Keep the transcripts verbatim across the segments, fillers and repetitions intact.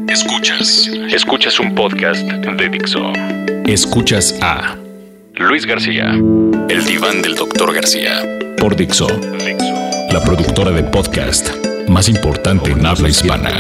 Escuchas. Escuchas un podcast de Dixo. Escuchas a Luis García, el diván del doctor García, por Dixo, la productora de podcast más importante en habla hispana.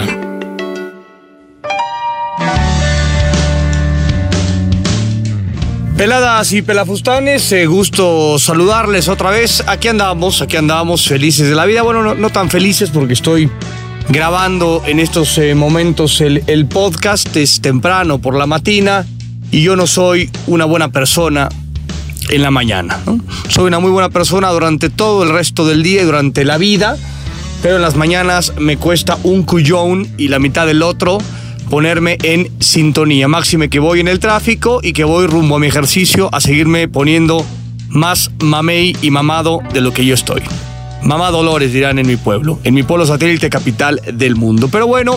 Peladas y pelafustanes, eh, gusto saludarles otra vez. Aquí andamos, aquí andamos felices de la vida. Bueno, no, no tan felices porque estoy grabando en estos eh, momentos el, el podcast. Es temprano por la mañana y yo no soy una buena persona en la mañana, ¿no? Soy una muy buena persona durante todo el resto del día y durante la vida, pero en las mañanas me cuesta un cuyón y la mitad del otro ponerme en sintonía. Máxime que voy en el tráfico y que voy rumbo a mi ejercicio a seguirme poniendo más mamey y mamado de lo que yo estoy. Mamá Dolores, dirán en mi pueblo, en mi pueblo satélite capital del mundo. Pero bueno,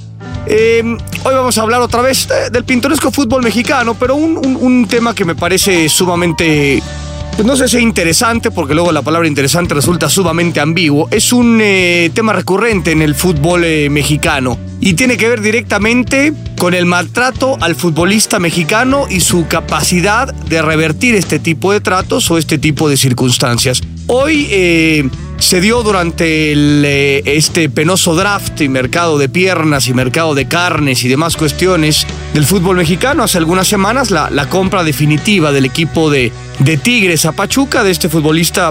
eh, hoy vamos a hablar otra vez de, del pintoresco fútbol mexicano, pero un, un, un tema que me parece sumamente, pues no sé si interesante, porque luego la palabra interesante resulta sumamente ambiguo. Es un eh, tema recurrente en el fútbol eh, mexicano y tiene que ver directamente con el maltrato al futbolista mexicano y su capacidad de revertir este tipo de tratos o este tipo de circunstancias. Hoy eh, se dio durante el, eh, este penoso draft y mercado de piernas y mercado de carnes y demás cuestiones del fútbol mexicano, hace algunas semanas, la, la compra definitiva del equipo de, de Tigres a Pachuca de este futbolista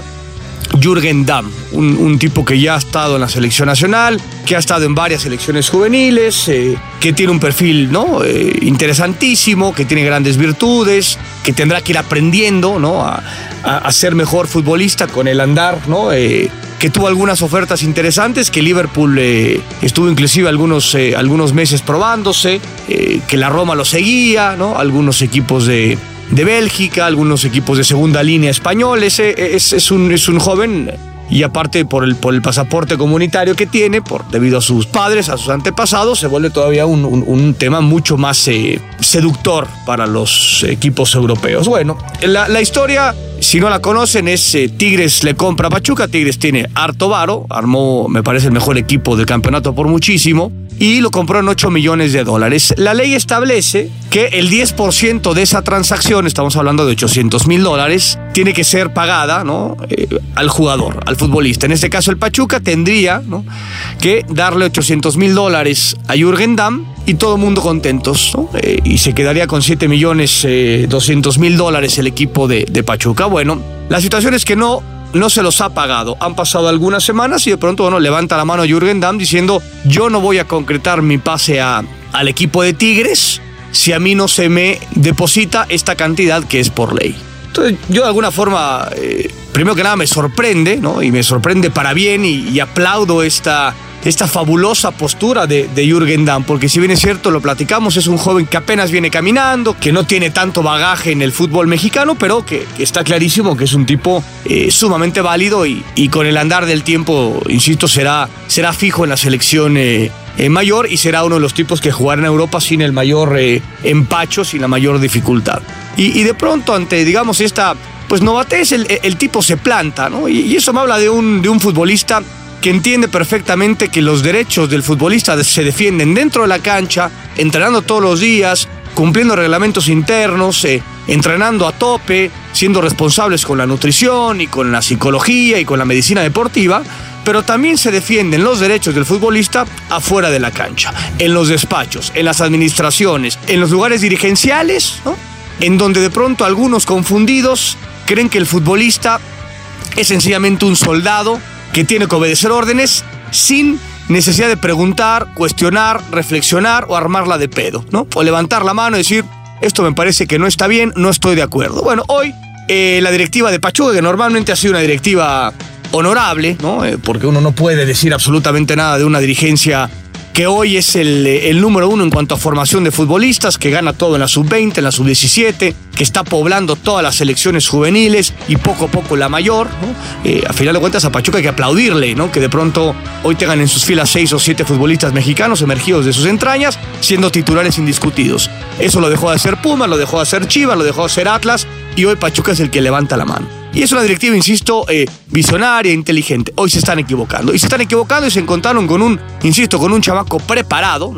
Jürgen Damm, un, un tipo que ya ha estado en la selección nacional, que ha estado en varias selecciones juveniles, eh, que tiene un perfil, ¿no? eh, interesantísimo, que tiene grandes virtudes, que tendrá que ir aprendiendo, ¿no? a, a, a ser mejor futbolista con el andar, ¿no? Eh, que tuvo algunas ofertas interesantes, que Liverpool eh, estuvo inclusive algunos, eh, algunos meses probándose, eh, que la Roma lo seguía, ¿no? Algunos equipos de... de Bélgica, algunos equipos de segunda línea españoles. Es, es, un, es un joven, y aparte por el, por el pasaporte comunitario que tiene, por, debido a sus padres, a sus antepasados, se vuelve todavía un, un, un tema mucho más eh, seductor para los equipos europeos. Bueno, la, la historia, si no la conocen, es eh, Tigres le compra a Pachuca. Tigres tiene harto varo, armó, me parece, el mejor equipo del campeonato por muchísimo, y lo compró en ocho millones de dólares. La ley establece que el diez por ciento de esa transacción, estamos hablando de ochocientos mil dólares, tiene que ser pagada, ¿no? eh, al jugador, al futbolista. En este caso el Pachuca tendría, ¿no? que darle ochocientos mil dólares a Jürgen Damm y todo el mundo contentos, ¿no? eh, y se quedaría con siete millones doscientos mil dólares el equipo de, de Pachuca. Bueno, la situación es que no no se los ha pagado. Han pasado algunas semanas y de pronto, bueno, levanta la mano Jürgen Damm diciendo: yo no voy a concretar mi pase a, al equipo de Tigres si a mí no se me deposita esta cantidad que es por ley. Entonces, yo de alguna forma, eh, primero que nada me sorprende, ¿no? Y me sorprende para bien y, y aplaudo esta... esta fabulosa postura de, de Jürgen Damm, porque si bien es cierto, lo platicamos, es un joven que apenas viene caminando, que no tiene tanto bagaje en el fútbol mexicano, pero que, que está clarísimo que es un tipo eh, sumamente válido y, y con el andar del tiempo, insisto, será, será fijo en la selección eh, eh, mayor y será uno de los tipos que jugará en Europa sin el mayor eh, empacho, sin la mayor dificultad. Y, y de pronto, ante, digamos, esta pues novatez, el, el tipo se planta, ¿no? Y, y eso me habla de un, de un futbolista que entiende perfectamente que los derechos del futbolista se defienden dentro de la cancha, entrenando todos los días, cumpliendo reglamentos internos, eh, entrenando a tope, siendo responsables con la nutrición y con la psicología y con la medicina deportiva, pero también se defienden los derechos del futbolista afuera de la cancha, en los despachos, en las administraciones, en los lugares dirigenciales, ¿no? En donde de pronto algunos confundidos creen que el futbolista es sencillamente un soldado que tiene que obedecer órdenes sin necesidad de preguntar, cuestionar, reflexionar o armarla de pedo, ¿no? O levantar la mano y decir: esto me parece que no está bien, no estoy de acuerdo. Bueno, hoy eh, la directiva de Pachuca, que normalmente ha sido una directiva honorable, ¿no? Eh, porque uno no puede decir absolutamente nada de una dirigencia que hoy es el, el número uno en cuanto a formación de futbolistas, que gana todo en la sub veinte, en la sub diecisiete, que está poblando todas las selecciones juveniles y poco a poco la mayor, ¿no? Eh, a final de cuentas a Pachuca hay que aplaudirle, ¿no? Que de pronto hoy tengan en sus filas seis o siete futbolistas mexicanos emergidos de sus entrañas, siendo titulares indiscutidos. Eso lo dejó de hacer Pumas, lo dejó de hacer Chivas, lo dejó de hacer Atlas, y hoy Pachuca es el que levanta la mano. Y es una directiva, insisto, eh, visionaria, inteligente. Hoy se están equivocando. Y se están equivocando y se encontraron con un, insisto, con un chamaco preparado, ¿no?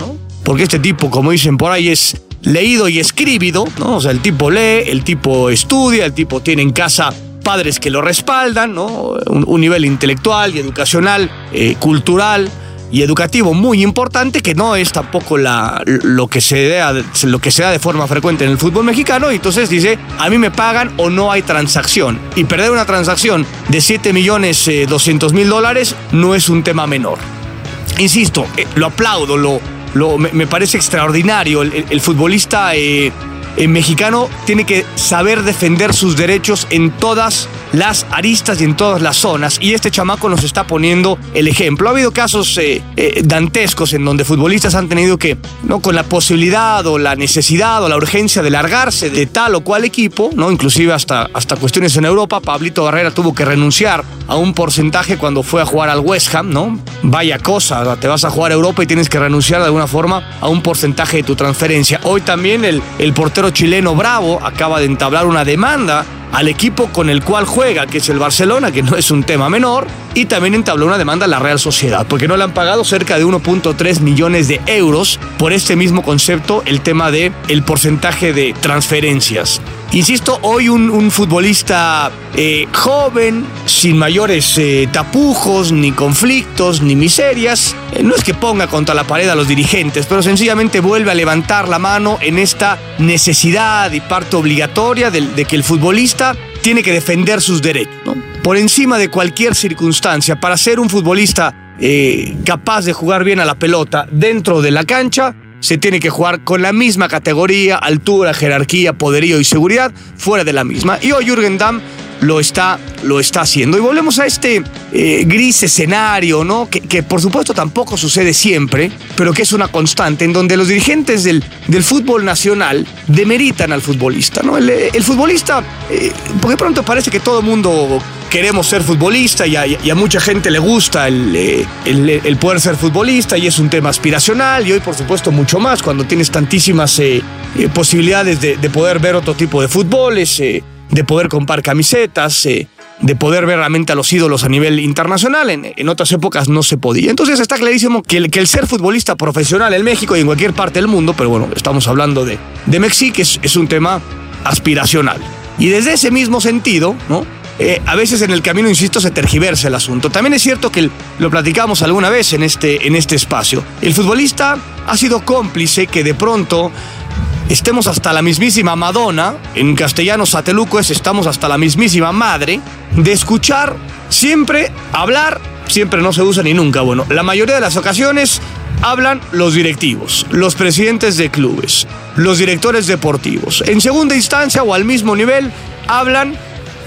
porque este tipo, como dicen por ahí, es leído y escribido, ¿no? O sea, el tipo lee, el tipo estudia, el tipo tiene en casa padres que lo respaldan, ¿no? Un, un nivel intelectual y educacional, eh, cultural y educativo muy importante, que no es tampoco la, lo, que se da, lo que se da de forma frecuente en el fútbol mexicano. Y entonces dice, a mí me pagan o no hay transacción. Y perder una transacción de siete millones doscientos mil dólares no es un tema menor. Insisto, eh, lo aplaudo, lo, lo, me, me parece extraordinario. El, el, el futbolista eh, eh, mexicano tiene que saber defender sus derechos en todas las aristas y en todas las zonas, y este chamaco nos está poniendo el ejemplo. Ha habido casos eh, eh, dantescos en donde futbolistas han tenido que, ¿no?, con la posibilidad o la necesidad o la urgencia de largarse de tal o cual equipo, ¿no?, inclusive hasta, hasta cuestiones en Europa. Pablito Barrera tuvo que renunciar a un porcentaje cuando fue a jugar al West Ham, ¿no? Vaya cosa, te vas a jugar a Europa y tienes que renunciar de alguna forma a un porcentaje de tu transferencia. Hoy también el, el portero chileno Bravo acaba de entablar una demanda al equipo con el cual juega, que es el Barcelona, que no es un tema menor, y también entabló una demanda a la Real Sociedad, porque no le han pagado cerca de uno punto tres millones de euros por este mismo concepto, el tema de el porcentaje de transferencias. Insisto, hoy un, un futbolista eh, joven, sin mayores eh, tapujos, ni conflictos, ni miserias, eh, no es que ponga contra la pared a los dirigentes, pero sencillamente vuelve a levantar la mano en esta necesidad y parte obligatoria de, de que el futbolista tiene que defender sus derechos, ¿no?, por encima de cualquier circunstancia. Para ser un futbolista eh, capaz de jugar bien a la pelota dentro de la cancha, se tiene que jugar con la misma categoría, altura, jerarquía, poderío y seguridad fuera de la misma. Y hoy Jürgen Damm lo está, lo está haciendo. Y volvemos a este eh, gris escenario, ¿no?, que, que por supuesto tampoco sucede siempre, pero que es una constante, en donde los dirigentes del, del fútbol nacional demeritan al futbolista, ¿no? El, el futbolista, eh, porque pronto parece que todo el mundo queremos ser futbolista, y a, y a mucha gente le gusta el, el, el poder ser futbolista, y es un tema aspiracional, y hoy por supuesto mucho más cuando tienes tantísimas eh, eh, posibilidades de, de poder ver otro tipo de fútboles, eh, de poder comprar camisetas, eh, de poder ver realmente a los ídolos a nivel internacional. En, en otras épocas no se podía. Entonces está clarísimo que el, que el ser futbolista profesional en México y en cualquier parte del mundo, pero bueno, estamos hablando de, de México, que es, es un tema aspiracional. Y desde ese mismo sentido, ¿no?, Eh, a veces en el camino, insisto, se tergiversa el asunto. También es cierto que el, lo platicamos alguna vez en este, en este espacio. El futbolista ha sido cómplice que de pronto estemos hasta la mismísima Madonna, en castellano sateluco es estamos hasta la mismísima madre, de escuchar siempre hablar, siempre no se usa ni nunca, bueno, la mayoría de las ocasiones hablan los directivos, los presidentes de clubes, los directores deportivos. En segunda instancia o al mismo nivel hablan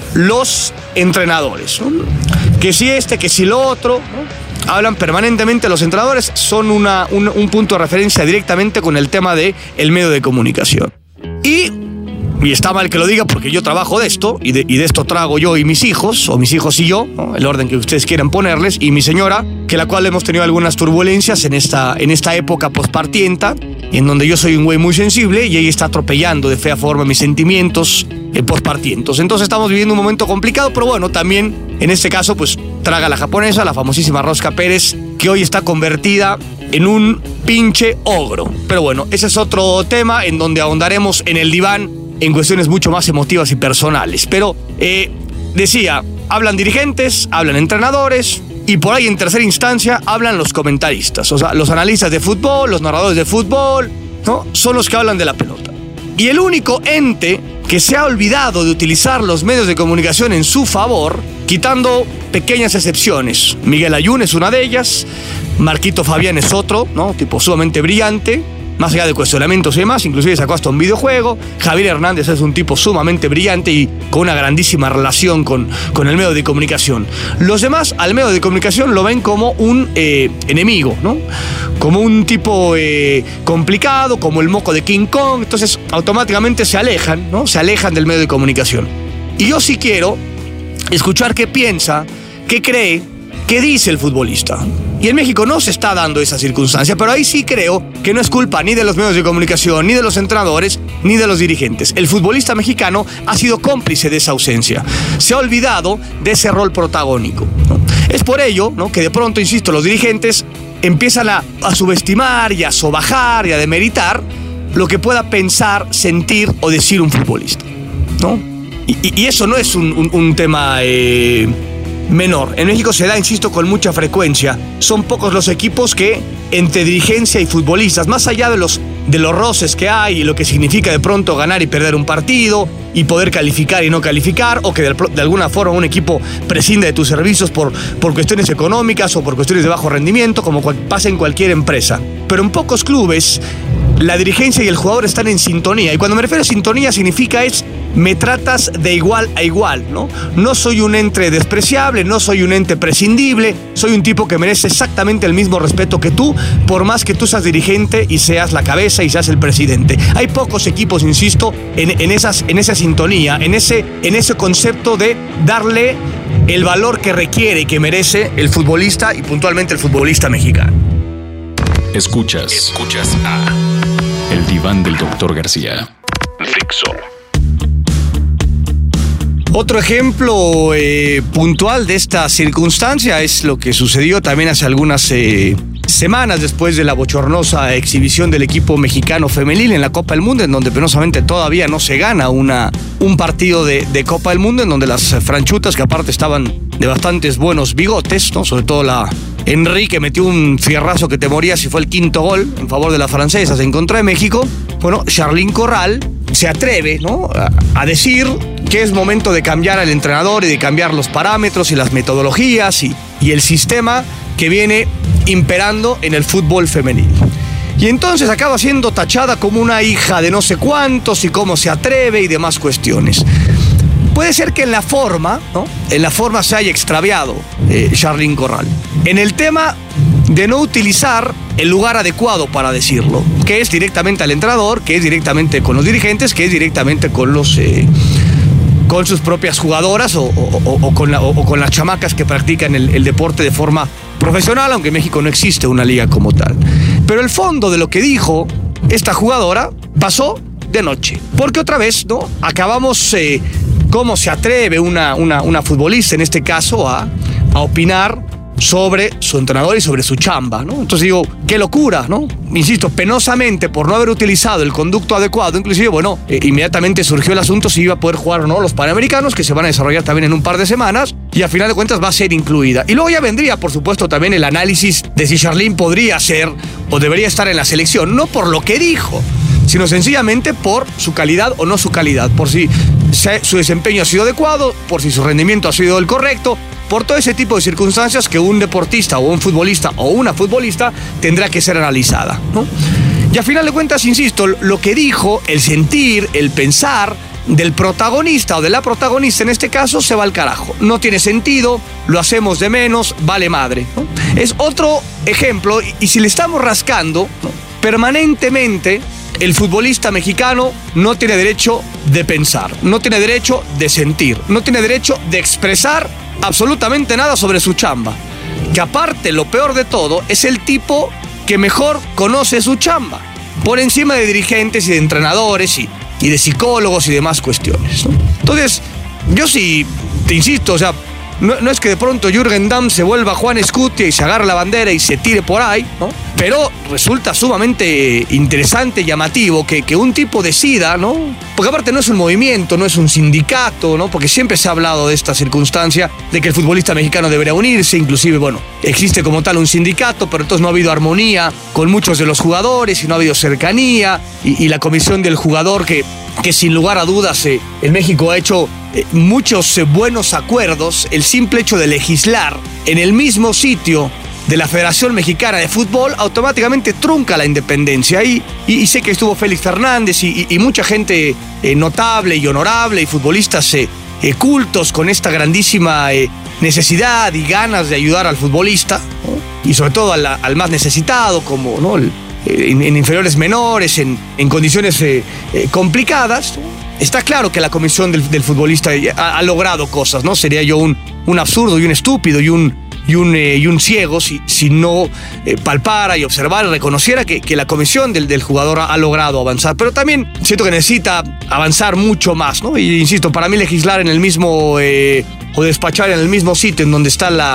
los entrenadores, ¿no?, que si este, que si lo otro, ¿no? Hablan permanentemente los entrenadores, son una, un, un punto de referencia directamente con el tema del medio de comunicación. Y, y está mal que lo diga porque yo trabajo de esto, y de, y de esto trago yo y mis hijos, o mis hijos y yo, ¿no?, el orden que ustedes quieran ponerles, y mi señora, que la cual hemos tenido algunas turbulencias en esta, en esta época pospartienta, en donde yo soy un güey muy sensible y ella está atropellando de fea forma mis sentimientos eh, pospartientos. Entonces estamos viviendo un momento complicado, pero bueno, también en este caso pues traga la japonesa, la famosísima Rosca Pérez, que hoy está convertida en un pinche ogro. Pero bueno, ese es otro tema en donde ahondaremos en el diván en cuestiones mucho más emotivas y personales. Pero eh, decía, hablan dirigentes, hablan entrenadores, y por ahí en tercera instancia hablan los comentaristas, o sea, los analistas de fútbol, los narradores de fútbol, ¿no?, son los que hablan de la pelota. Y el único ente que se ha olvidado de utilizar los medios de comunicación en su favor, quitando pequeñas excepciones, Miguel Ayun es una de ellas, Marquito Fabián es otro, ¿no?, tipo sumamente brillante, más allá de cuestionamientos y demás, inclusive sacó hasta un videojuego. Javier Hernández es un tipo sumamente brillante y con una grandísima relación con, con el medio de comunicación. Los demás al medio de comunicación lo ven como un eh, enemigo, ¿no?, como un tipo eh, complicado, como el moco de King Kong. Entonces automáticamente se alejan, ¿no?, se alejan del medio de comunicación. Y yo sí quiero escuchar qué piensa, qué cree, qué dice el futbolista. Y en México no se está dando esa circunstancia, pero ahí sí creo que no es culpa ni de los medios de comunicación, ni de los entrenadores, ni de los dirigentes. El futbolista mexicano ha sido cómplice de esa ausencia. Se ha olvidado de ese rol protagónico, ¿no? Es por ello, ¿no?, que de pronto, insisto, los dirigentes empiezan a, a subestimar y a sobajar y a demeritar lo que pueda pensar, sentir o decir un futbolista, ¿no? Y, y, y eso no es un, un, un tema eh, menor. En México se da, insisto, con mucha frecuencia. Son pocos los equipos que, entre dirigencia y futbolistas, más allá de los, de los roces que hay y lo que significa de pronto ganar y perder un partido y poder calificar y no calificar, o que de, de alguna forma un equipo prescinde de tus servicios por, por cuestiones económicas o por cuestiones de bajo rendimiento, como cual, pasa en cualquier empresa. Pero en pocos clubes la dirigencia y el jugador están en sintonía. Y cuando me refiero a sintonía, significa es me tratas de igual a igual, ¿no? No soy un ente despreciable, no soy un ente prescindible, soy un tipo que merece exactamente el mismo respeto que tú, por más que tú seas dirigente y seas la cabeza y seas el presidente. Hay pocos equipos, insisto, en, en, esas, en esa sintonía, en ese, en ese concepto de darle el valor que requiere y que merece el futbolista, y puntualmente el futbolista mexicano. Escuchas, escuchas a El Diván del Doctor García. Dixo. Otro ejemplo eh, puntual de esta circunstancia es lo que sucedió también hace algunas eh, semanas después de la bochornosa exhibición del equipo mexicano femenil en la Copa del Mundo, en donde penosamente todavía no se gana una, un partido de, de Copa del Mundo, en donde las franchutas, que aparte estaban de bastantes buenos bigotes, ¿no? Sobre todo la Enrique metió un fierrazo que te morías y fue el quinto gol en favor de las francesas en contra de México. Bueno, Charlín Corral se atreve, ¿no?, a, a decir que es momento de cambiar al entrenador y de cambiar los parámetros y las metodologías y, y el sistema que viene imperando en el fútbol femenil. Y entonces acaba siendo tachada como una hija de no sé cuántos y cómo se atreve y demás cuestiones. Puede ser que en la forma, ¿no?, en la forma se haya extraviado eh, Charlín Corral. En el tema de no utilizar el lugar adecuado para decirlo, que es directamente al entrenador, que es directamente con los dirigentes, que es directamente con los eh, con sus propias jugadoras o, o, o, o, con la, o, o con las chamacas que practican el, el deporte de forma profesional, aunque en México no existe una liga como tal. Pero el fondo de lo que dijo esta jugadora pasó de noche, porque otra vez, ¿no?, acabamos eh, cómo se atreve una, una, una futbolista en este caso a, a opinar sobre su entrenador y sobre su chamba, ¿no? Entonces digo, qué locura, ¿no? Insisto, penosamente por no haber utilizado el conducto adecuado, inclusive, bueno, eh, inmediatamente surgió el asunto si iba a poder jugar o no los Panamericanos, que se van a desarrollar también en un par de semanas, y a final de cuentas va a ser incluida. Y luego ya vendría, por supuesto, también el análisis de si Charlín podría ser o debería estar en la selección, no por lo que dijo, sino sencillamente por su calidad o no su calidad, por si su desempeño ha sido adecuado, por si su rendimiento ha sido el correcto, por todo ese tipo de circunstancias que un deportista o un futbolista o una futbolista tendrá que ser analizada, ¿no? Y a final de cuentas, insisto, lo que dijo, el sentir, el pensar del protagonista o de la protagonista en este caso se va al carajo. No tiene sentido, lo hacemos de menos, vale madre, ¿no? Es otro ejemplo, y, y si le estamos rascando, ¿no?, permanentemente el futbolista mexicano no tiene derecho de pensar, no tiene derecho de sentir, no tiene derecho de expresar absolutamente nada sobre su chamba. Que aparte, lo peor de todo, es el tipo que mejor conoce su chamba, por encima de dirigentes y de entrenadores y, y de psicólogos y demás cuestiones, ¿no? Entonces, yo sí, te insisto, o sea, no, no es que de pronto Jürgen Damm se vuelva Juan Escutia y se agarre la bandera y se tire por ahí, ¿no? Pero resulta sumamente interesante y llamativo que, que un tipo decida, ¿no? Porque aparte no es un movimiento, no es un sindicato, ¿no? Porque siempre se ha hablado de esta circunstancia, de que el futbolista mexicano debería unirse, inclusive, bueno, existe como tal un sindicato, pero entonces no ha habido armonía con muchos de los jugadores y no ha habido cercanía, y, y la comisión del jugador que, que sin lugar a dudas eh, en México ha hecho eh, muchos eh, buenos acuerdos. El simple hecho de legislar en el mismo sitio de la Federación Mexicana de Fútbol automáticamente trunca la independencia. Y, y, y sé que estuvo Félix Fernández y, y, y mucha gente eh, notable y honorable y futbolistas eh, eh, cultos con esta grandísima eh, necesidad y ganas de ayudar al futbolista, ¿no?, y sobre todo al, al más necesitado, como, ¿no?, el, en, en inferiores menores, en, en condiciones eh, eh, complicadas. Está claro que la comisión del, del futbolista ha, ha logrado cosas, ¿no? Sería yo un, un absurdo y un estúpido y un, y un, eh, y un ciego si, si no eh, palpara y observara y reconociera que, que la comisión del, del jugador ha, ha logrado avanzar. Pero también siento que necesita avanzar mucho más, ¿no? Y insisto, para mí legislar en el mismo eh, o despachar en el mismo sitio en donde está la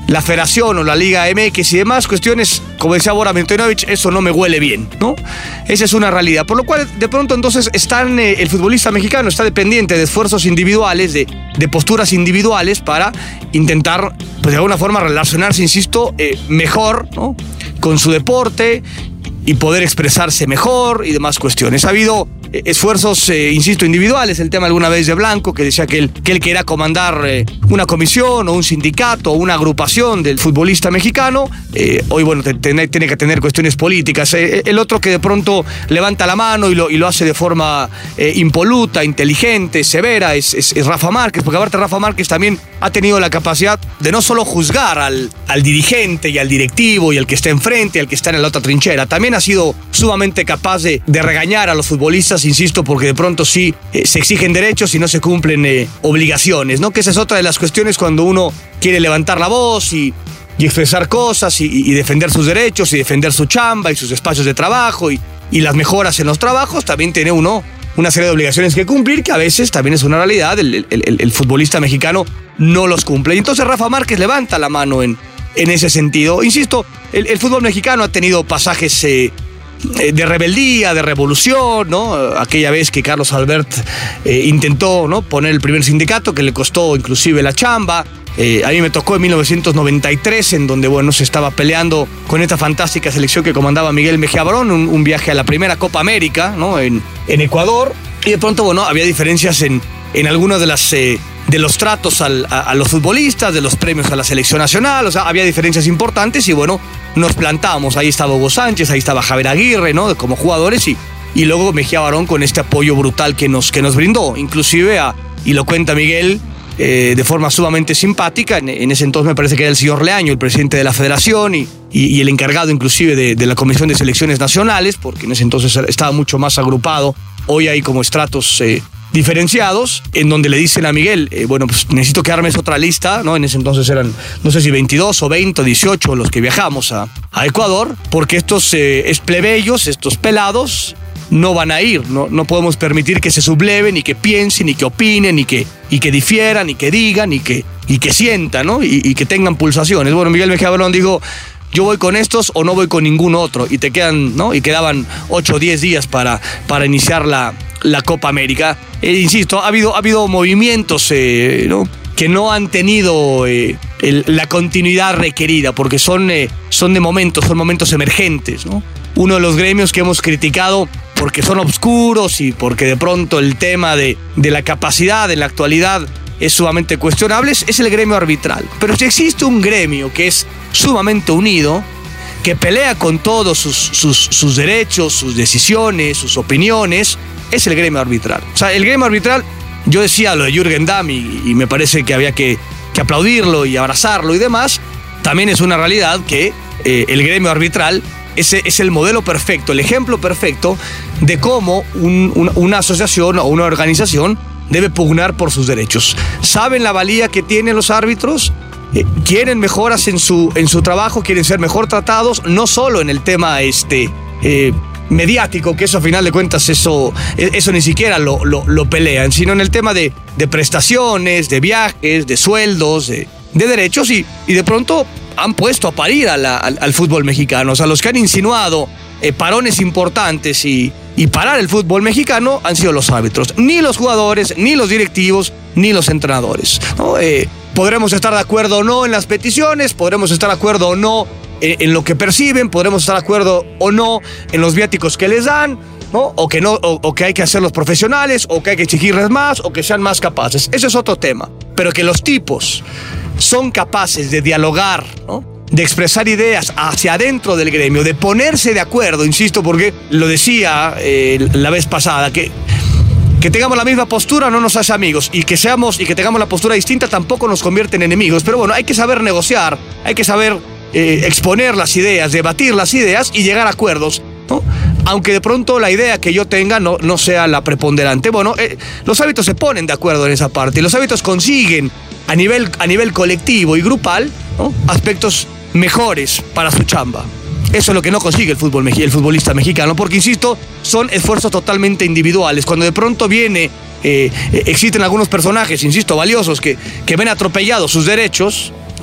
la Federación o la Liga M X y demás cuestiones, como decía Bora Milutinovic, eso no me huele bien, ¿no? Esa es una realidad. Por lo cual, de pronto, entonces, están, eh, el futbolista mexicano está dependiente de esfuerzos individuales, de, de posturas individuales para intentar, pues de alguna forma, relacionarse, insisto, eh, mejor, ¿no?, con su deporte y poder expresarse mejor y demás cuestiones. Ha habido eh, esfuerzos, eh, insisto, individuales. El tema alguna vez de Blanco, que decía que él, que él quería comandar eh, una comisión o un sindicato o una agrupación del futbolista mexicano. Eh, hoy, bueno, te, te, tiene que tener cuestiones políticas. Eh, el otro que de pronto levanta la mano y lo, y lo hace de forma eh, impoluta, inteligente, severa, es, es, es Rafa Márquez, porque aparte Rafa Márquez también ha tenido la capacidad de no solo juzgar al, al dirigente y al directivo y al que está enfrente, al que está en la otra trinchera, también ha sido sumamente capaz de, de regañar a los futbolistas, insisto, porque de pronto sí eh, se exigen derechos y no se cumplen eh, obligaciones, ¿no? Que esa es otra de las cuestiones cuando uno quiere levantar la voz y, y expresar cosas y, y defender sus derechos y defender su chamba y sus espacios de trabajo y, y las mejoras en los trabajos. También tiene uno una serie de obligaciones que cumplir, que a veces también es una realidad. El, el, el, el futbolista mexicano no los cumple. Y entonces Rafa Márquez levanta la mano en, en ese sentido. Insisto, el, el fútbol mexicano ha tenido pasajes eh, de rebeldía, de revolución, ¿no? Aquella vez que Carlos Albert eh, intentó, ¿no?, poner el primer sindicato, que le costó inclusive la chamba. Eh, a mí me tocó en mil novecientos noventa y tres, en donde, bueno, se estaba peleando con esta fantástica selección que comandaba Miguel Mejía Barón, un, un viaje a la primera Copa América, ¿no?, en, en Ecuador. Y de pronto, bueno, había diferencias en, en algunas de las... Eh, de los tratos al, a, a los futbolistas, de los premios a la selección nacional. O sea, había diferencias importantes y, bueno, nos plantamos. Ahí estaba Hugo Sánchez, ahí estaba Javier Aguirre, ¿no?, como jugadores, y, y luego Mejía Barón con este apoyo brutal que nos, que nos brindó, inclusive a, y lo cuenta Miguel eh, de forma sumamente simpática. En, en ese entonces me parece que era el señor Leaño, el presidente de la federación y, y, y el encargado inclusive de, de la Comisión de Selecciones Nacionales, porque en ese entonces estaba mucho más agrupado. Hoy hay como estratos eh, diferenciados, en donde le dicen a Miguel, eh, bueno, pues necesito que armes otra lista, ¿no? En ese entonces eran, no sé si veintidós o veinte o dieciocho los que viajamos a, a Ecuador, porque estos eh, plebeyos, estos pelados, no van a ir, ¿no? No podemos permitir que se subleven, y que piensen, y que opinen, y que, y que difieran, y que digan, y que, y que sientan, ¿no? Y, y que tengan pulsaciones. Bueno, Miguel Mejía Barón dijo, yo voy con estos o no voy con ningún otro, y te quedan, ¿no? Y quedaban ocho o diez días para, para iniciar la, la Copa América. Eh, insisto, ha habido, ha habido movimientos, eh, ¿no?, que no han tenido eh, el, la continuidad requerida, porque son, eh, son de momentos, son momentos emergentes, ¿no? Uno de los gremios que hemos criticado porque son oscuros y porque de pronto el tema de, de la capacidad en la actualidad es sumamente cuestionable, es el gremio arbitral. Pero si existe un gremio que es sumamente unido, que pelea con todos sus, sus, sus derechos, sus decisiones, sus opiniones, es el gremio arbitral. O sea, el gremio arbitral, yo decía lo de Jürgen Damm y, y me parece que había que, que aplaudirlo y abrazarlo y demás. También es una realidad que eh, el gremio arbitral es, es el modelo perfecto, el ejemplo perfecto de cómo un, un, una asociación o una organización debe pugnar por sus derechos. ¿Saben la valía que tienen los árbitros? Eh, quieren mejoras en su, en su trabajo, quieren ser mejor tratados, no solo en el tema este, eh, mediático, que eso a final de cuentas eso, eso ni siquiera lo, lo, lo pelean, sino en el tema de, de prestaciones, de viajes, de sueldos, de, de derechos, y, y de pronto han puesto a parir a la, al, al fútbol mexicano. O sea, los que han insinuado eh, parones importantes y, y parar el fútbol mexicano han sido los árbitros, ni los jugadores, ni los directivos, ni los entrenadores, ¿no? Eh, podremos estar de acuerdo o no en las peticiones, podremos estar de acuerdo o no en, en lo que perciben, podremos estar de acuerdo o no en los viáticos que les dan, ¿no? O que no, o, o que hay que hacerlos profesionales, o que hay que exigirles más, o que sean más capaces. Ese es otro tema. Pero que los tipos son capaces de dialogar, ¿no?, de expresar ideas hacia adentro del gremio, de ponerse de acuerdo, insisto, porque lo decía eh, la vez pasada, que que tengamos la misma postura no nos hace amigos, y que seamos y que tengamos la postura distinta tampoco nos convierte en enemigos. Pero bueno, hay que saber negociar, hay que saber eh, exponer las ideas, debatir las ideas y llegar a acuerdos, ¿no? Aunque de pronto la idea que yo tenga no, no sea la preponderante. Bueno, eh, los árbitros se ponen de acuerdo en esa parte, y los árbitros consiguen a nivel, a nivel colectivo y grupal, ¿no?, aspectos mejores para su chamba. Eso es lo que no consigue el, fútbol, el futbolista mexicano, porque, insisto, son esfuerzos totalmente individuales. Cuando de pronto viene, eh, existen algunos personajes, insisto, valiosos, que, que ven atropellados sus derechos,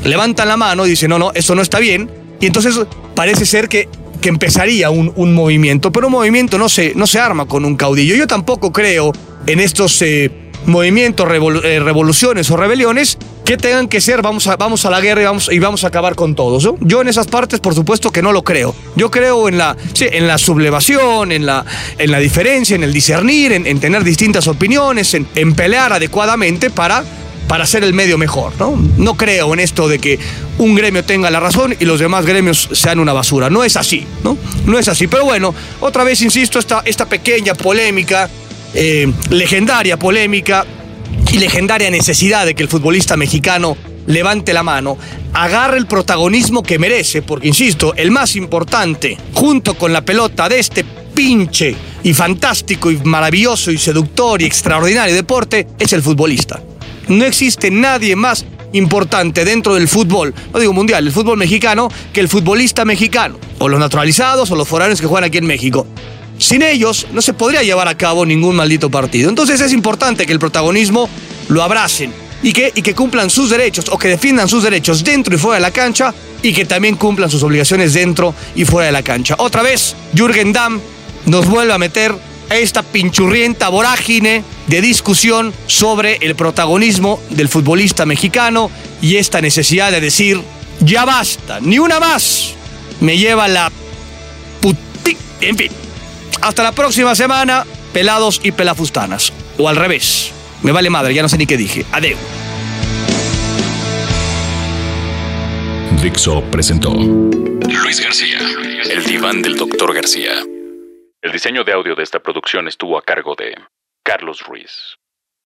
levantan la mano y dicen, no, no, eso no está bien. Y entonces parece ser que, que empezaría un, un movimiento. Pero un movimiento no se, no se arma con un caudillo. Yo tampoco creo en estos eh, movimientos, revol, eh, revoluciones o rebeliones que tengan que ser, vamos a, vamos a la guerra y vamos, y vamos a acabar con todos, ¿no? Yo en esas partes, por supuesto que no lo creo. Yo creo en la, sí, en la sublevación, en la, en la diferencia, en el discernir, en, en tener distintas opiniones, en, en pelear adecuadamente para, para hacer el medio mejor, ¿no? No creo en esto de que un gremio tenga la razón y los demás gremios sean una basura. No es así, ¿no? No es así. Pero bueno, otra vez insisto, esta, esta pequeña polémica, eh, legendaria polémica, y legendaria necesidad de que el futbolista mexicano levante la mano, agarre el protagonismo que merece, porque insisto, el más importante, junto con la pelota de este pinche y fantástico y maravilloso y seductor y extraordinario deporte, es el futbolista. No existe nadie más importante dentro del fútbol, no digo mundial, el fútbol mexicano, que el futbolista mexicano, o los naturalizados o los foráneos que juegan aquí en México. Sin ellos no se podría llevar a cabo ningún maldito partido. Entonces es importante que el protagonismo lo abracen y que, y que cumplan sus derechos o que defiendan sus derechos dentro y fuera de la cancha y que también cumplan sus obligaciones dentro y fuera de la cancha. Otra vez, Jürgen Damm nos vuelve a meter a esta pinchurrienta vorágine de discusión sobre el protagonismo del futbolista mexicano y esta necesidad de decir, ya basta, ni una más me lleva la puti... En fin. Hasta la próxima semana, pelados y pelafustanas. O al revés. Me vale madre, ya no sé ni qué dije. Adeu. Dixo presentó Luis García, el diván del doctor García. El diseño de audio de esta producción estuvo a cargo de Carlos Ruiz.